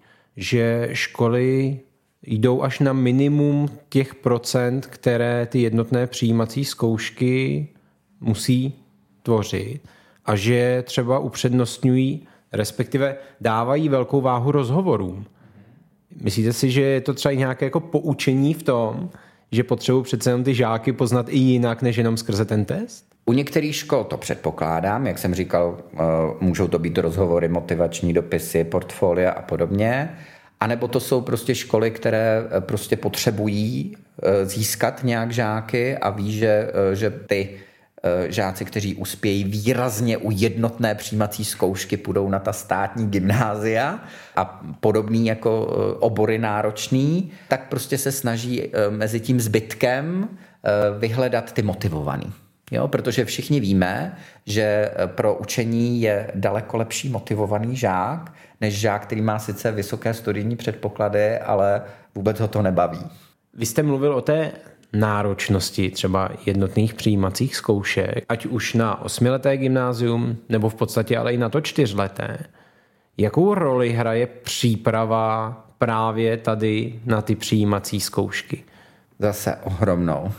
že školy jdou až na minimum těch procent, které ty jednotné přijímací zkoušky musí tvořit a že třeba upřednostňují, respektive dávají velkou váhu rozhovorům. Myslíte si, že je to třeba nějaké jako poučení v tom, že potřebují přece jenom ty žáky poznat i jinak, než jenom skrze ten test? U některých škol to předpokládám, jak jsem říkal, můžou to být rozhovory, motivační dopisy, portfolia a podobně. A nebo to jsou prostě školy, které prostě potřebují získat nějak žáky a ví, že, že ty žáci, kteří uspějí výrazně u jednotné přijímací zkoušky, půjdou na ta státní gymnázia a podobný jako obory náročný, tak prostě se snaží mezi tím zbytkem vyhledat ty motivovaný. Jo, protože všichni víme, že pro učení je daleko lepší motivovaný žák, než žák, který má sice vysoké studijní předpoklady, ale vůbec ho to nebaví. Vy jste mluvil o té náročnosti třeba jednotných přijímacích zkoušek, ať už na osmileté gymnázium, nebo v podstatě ale i na to čtyřleté. Jakou roli hraje příprava právě tady na ty přijímací zkoušky? Zase ohromnou.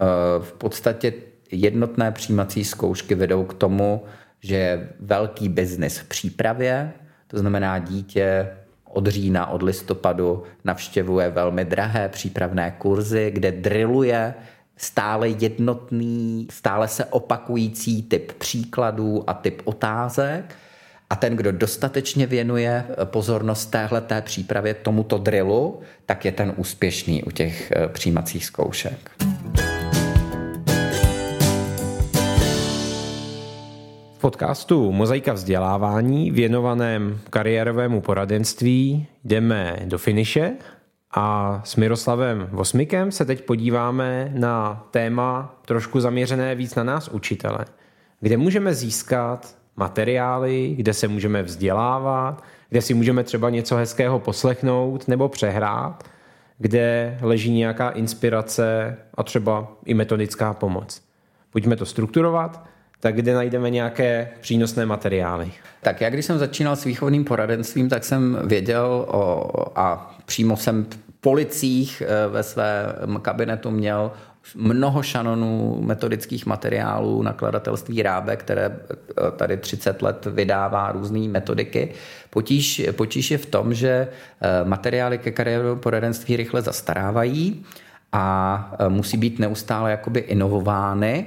V podstatě jednotné přijímací zkoušky vedou k tomu, že je velký biznis v přípravě, to znamená dítě od října, od listopadu navštěvuje velmi drahé přípravné kurzy, kde drilluje stále jednotný, stále se opakující typ příkladů a typ otázek. A ten, kdo dostatečně věnuje pozornost téhleté přípravě tomuto drillu, tak je ten úspěšný u těch přijímacích zkoušek. V podcastu Mozaika vzdělávání věnovaném kariérovému poradenství jdeme do finiše a s Miroslavem Vosmykem se teď podíváme na téma trošku zaměřené víc na nás učitele, kde můžeme získat materiály, kde se můžeme vzdělávat, kde si můžeme třeba něco hezkého poslechnout nebo přehrát, kde leží nějaká inspirace a třeba i metodická pomoc. Pojďme to strukturovat, tak kde najdeme nějaké přínosné materiály? Tak já, když jsem začínal s výchovným poradenstvím, tak jsem věděl o, a přímo jsem v policích ve svém kabinetu měl mnoho šanonů metodických materiálů nakladatelství Rábe, které tady třicet let vydává různé metodiky. Potíž, potíž je v tom, že materiály ke kariérovému poradenství rychle zastarávají a musí být neustále jakoby inovovány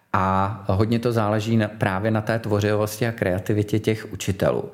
a hodně to záleží na, právě na té tvořivosti a kreativitě těch učitelů.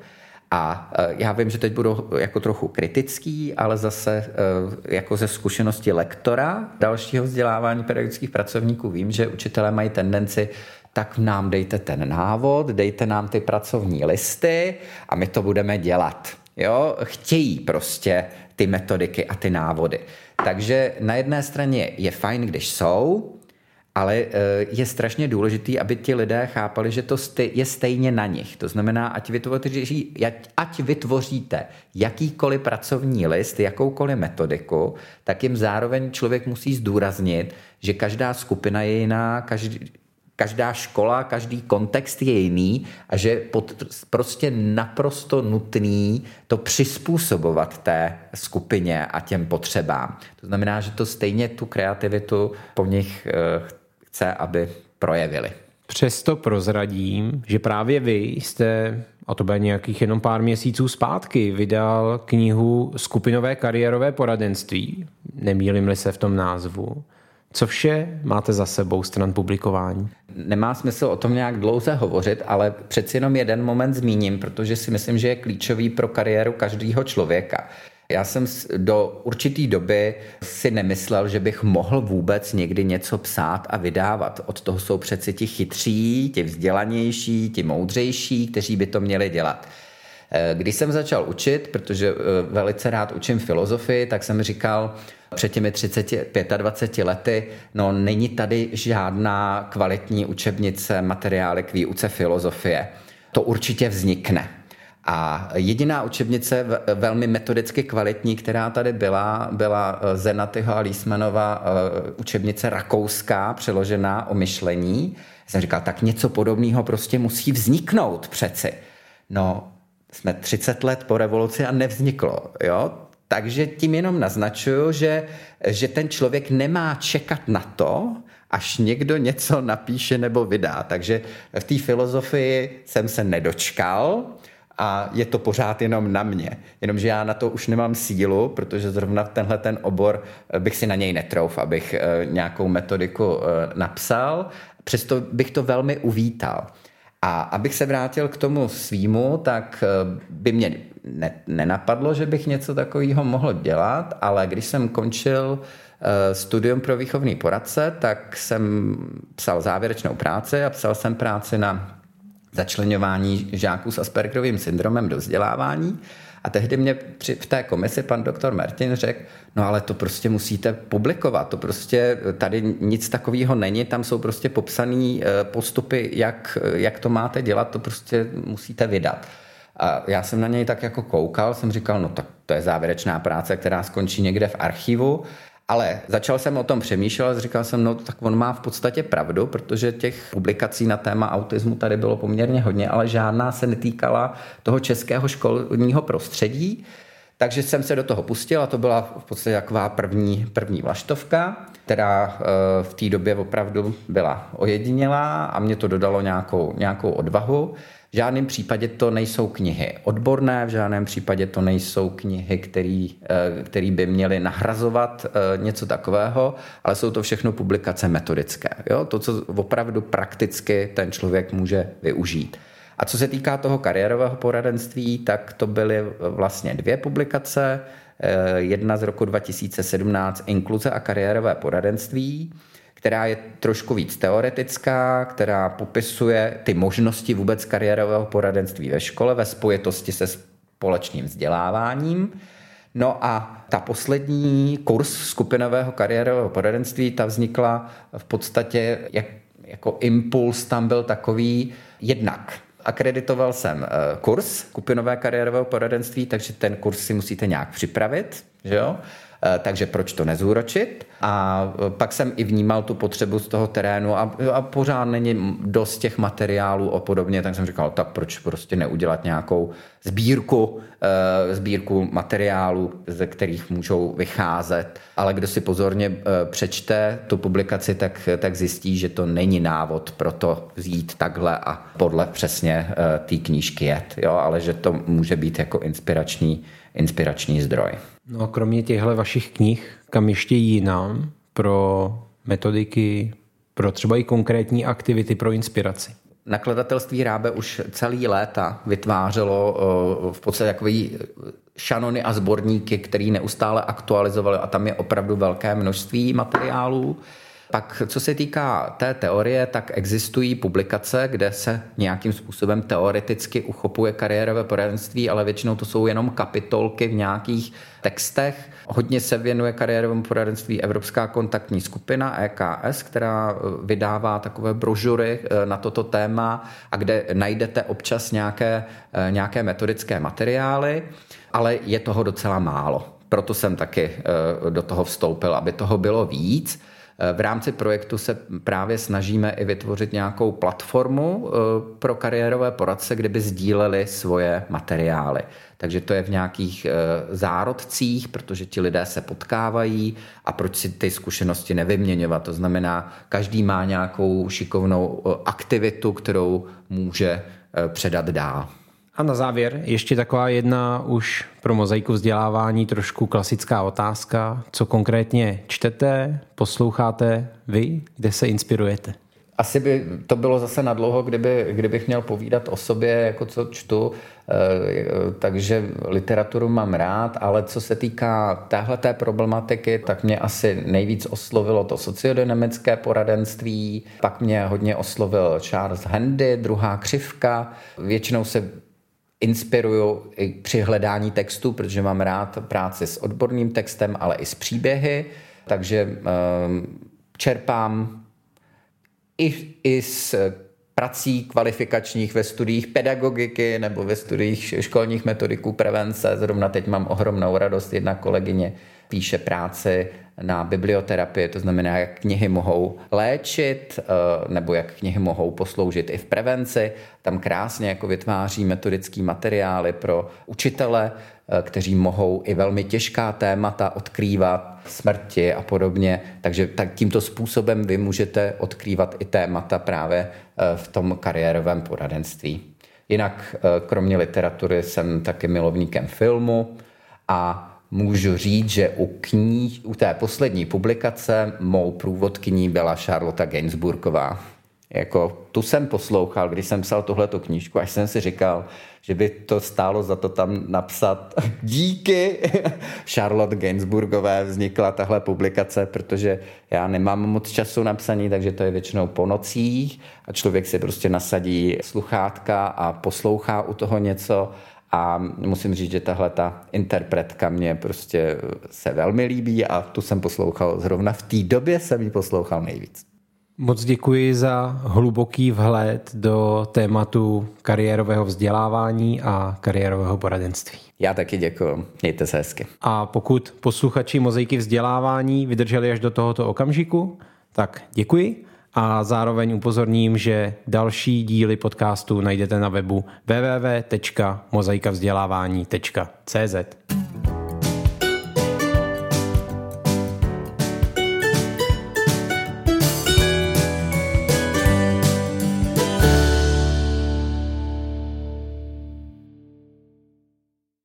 A já vím, že teď budu jako trochu kritický, ale zase jako ze zkušenosti lektora dalšího vzdělávání pedagogických pracovníků vím, že učitelé mají tendenci, tak nám dejte ten návod, dejte nám ty pracovní listy a my to budeme dělat. Jo? Chtějí prostě ty metodiky a ty návody. Takže na jedné straně je fajn, když jsou, ale je strašně důležitý, aby ti lidé chápali, že to je stejně na nich. To znamená, ať vytvoří, ať vytvoříte jakýkoliv pracovní list, jakoukoliv metodiku, tak jim zároveň člověk musí zdůraznit, že každá skupina je jiná, každý, každá škola, každý kontext je jiný a že je prostě naprosto nutný to přizpůsobovat té skupině a těm potřebám. To znamená, že to stejně tu kreativitu po nich chce, aby projevili. Přesto prozradím, že právě vy jste, a to bude nějakých jenom pár měsíců zpátky, vydal knihu Skupinové kariérové poradenství, nemýlím-li se v tom názvu. Co vše máte za sebou stran publikování? Nemá smysl o tom nějak dlouze hovořit, ale přeci jenom jeden moment zmíním, protože si myslím, že je klíčový pro kariéru každého člověka. Já jsem do určité doby si nemyslel, že bych mohl vůbec někdy něco psát a vydávat. Od toho jsou přeci ti chytří, ti vzdělanější, ti moudřejší, kteří by to měli dělat. Když jsem začal učit, protože velice rád učím filozofii, tak jsem říkal před těmi třiceti, dvaceti pěti lety, no není tady žádná kvalitní učebnice, materiály k výuce filozofie. To určitě vznikne. A jediná učebnice velmi metodicky kvalitní, která tady byla, byla Zenatyho a Liesmanova učebnice rakouská, přeložená o myšlení. Jsem říkal, tak něco podobného prostě musí vzniknout přeci. No, jsme třicet let po revoluci a nevzniklo, jo? Takže tím jenom naznačuju, že, že ten člověk nemá čekat na to, až někdo něco napíše nebo vydá. Takže v té filozofii jsem se nedočkal a je to pořád jenom na mě. Jenomže já na to už nemám sílu, protože zrovna tenhle ten obor bych si na něj netrouf, abych nějakou metodiku napsal. Přesto bych to velmi uvítal. A abych se vrátil k tomu svýmu, tak by mě ne, nenapadlo, že bych něco takového mohl dělat, ale když jsem končil studium pro výchovný poradce, tak jsem psal závěrečnou práci a psal jsem práci na začleňování žáků s Aspergerovým syndromem do vzdělávání. A tehdy mě při, v té komisi pan doktor Martin řekl, no ale to prostě musíte publikovat, to prostě tady nic takového není, tam jsou prostě popsané postupy, jak, jak to máte dělat, to prostě musíte vydat. A já jsem na něj tak jako koukal, jsem říkal, no tak to je závěrečná práce, která skončí někde v archivu, ale začal jsem o tom přemýšlet a říkal jsem, no tak on má v podstatě pravdu, protože těch publikací na téma autismu tady bylo poměrně hodně, ale žádná se netýkala toho českého školního prostředí. Takže jsem se do toho pustil a to byla v podstatě taková první, první vlaštovka, která v té době opravdu byla ojedinělá a mě to dodalo nějakou, nějakou odvahu. V žádném případě to nejsou knihy odborné, v žádném případě to nejsou knihy, který, který by měly nahrazovat něco takového, ale jsou to všechno publikace metodické. Jo? To, co opravdu prakticky ten člověk může využít. A co se týká toho kariérového poradenství, tak to byly vlastně dvě publikace. Jedna z roku dva tisíce sedmnáct Inkluze a kariérové poradenství, která je trošku víc teoretická, která popisuje ty možnosti vůbec kariérového poradenství ve škole ve spojitosti se společným vzděláváním. No a ta poslední kurz skupinového kariérového poradenství, ta vznikla v podstatě jak, jako impuls, tam byl takový jednak. Akreditoval jsem kurz skupinové kariérového poradenství, takže ten kurz si musíte nějak připravit. že jo? Takže proč to nezúročit? A pak jsem i vnímal tu potřebu z toho terénu a, a pořád není dost těch materiálů a podobně, tak jsem říkal, tak proč prostě neudělat nějakou sbírku, sbírku materiálů, ze kterých můžou vycházet. Ale kdo si pozorně přečte tu publikaci, tak, tak zjistí, že to není návod pro to vzít takhle a podle přesně té knížky jet, jo? Ale že to může být jako inspirační, inspirační zdroj. No a kromě těchto vašich knih, kam ještě jinam pro metodiky, pro třeba i konkrétní aktivity pro inspiraci? Nakladatelství Rábe už celý léta vytvářelo v podstatě takový šanony a sborníky, který neustále aktualizovali a tam je opravdu velké množství materiálů. Pak, co se týká té teorie, tak existují publikace, kde se nějakým způsobem teoreticky uchopuje kariérové poradenství, ale většinou to jsou jenom kapitolky v nějakých textech. Hodně se věnuje kariérovému poradenství Evropská kontaktní skupina E K S, která vydává takové brožury na toto téma a kde najdete občas nějaké, nějaké metodické materiály, ale je toho docela málo. Proto jsem taky do toho vstoupil, aby toho bylo víc. V rámci projektu se právě snažíme i vytvořit nějakou platformu pro kariérové poradce, kde by sdíleli svoje materiály. Takže to je v nějakých zárodcích, protože ti lidé se potkávají a proč si ty zkušenosti nevyměňovat. To znamená, každý má nějakou šikovnou aktivitu, kterou může předat dál. A na závěr ještě taková jedna už pro Mozaiku vzdělávání trošku klasická otázka. Co konkrétně čtete, posloucháte vy, kde se inspirujete? Asi by to bylo zase nadlouho, kdyby, kdybych měl povídat o sobě, jako co čtu, takže literaturu mám rád, ale co se týká téhleté problematiky, tak mě asi nejvíc oslovilo to sociodynamické poradenství, pak mě hodně oslovil Charles Handy, Druhá křivka, většinou se inspiruju i při hledání textu, protože mám rád práci s odborným textem, ale i s příběhy, takže um, čerpám i, i z prací kvalifikačních ve studiích pedagogiky nebo ve studiích školních metodiků prevence. Zrovna teď mám ohromnou radost, jedna kolegyně píše práci na biblioterapii, to znamená, jak knihy mohou léčit nebo jak knihy mohou posloužit i v prevenci. Tam krásně jako vytváří metodický materiály pro učitele, kteří mohou i velmi těžká témata odkrývat, smrti a podobně. Takže tak tímto způsobem vy můžete odkrývat i témata právě v tom kariérovém poradenství. Jinak kromě literatury jsem taky milovníkem filmu a můžu říct, že u, knih, u té poslední publikace mou průvodkyní byla Charlotte Gainsbourgová. Jako, tu jsem poslouchal, když jsem psal tuhletu knížku, až jsem si říkal, že by to stálo za to tam napsat díky Charlotte Gainsbourgové vznikla tahle publikace, protože já nemám moc času na psaní, takže to je většinou po nocích a člověk si prostě nasadí sluchátka a poslouchá u toho něco. A musím říct, že tahle ta interpretka mě prostě se velmi líbí a tu jsem poslouchal zrovna v té době jsem ji poslouchal nejvíc. Moc děkuji za hluboký vhled do tématu kariérového vzdělávání a kariérového poradenství. Já taky děkuji. Mějte se hezky. A pokud posluchači Mozaiky vzdělávání vydrželi až do tohoto okamžiku, tak děkuji. A zároveň upozorním, že další díly podcastu najdete na webu w w w tečka mozaikavzdělávání tečka c z.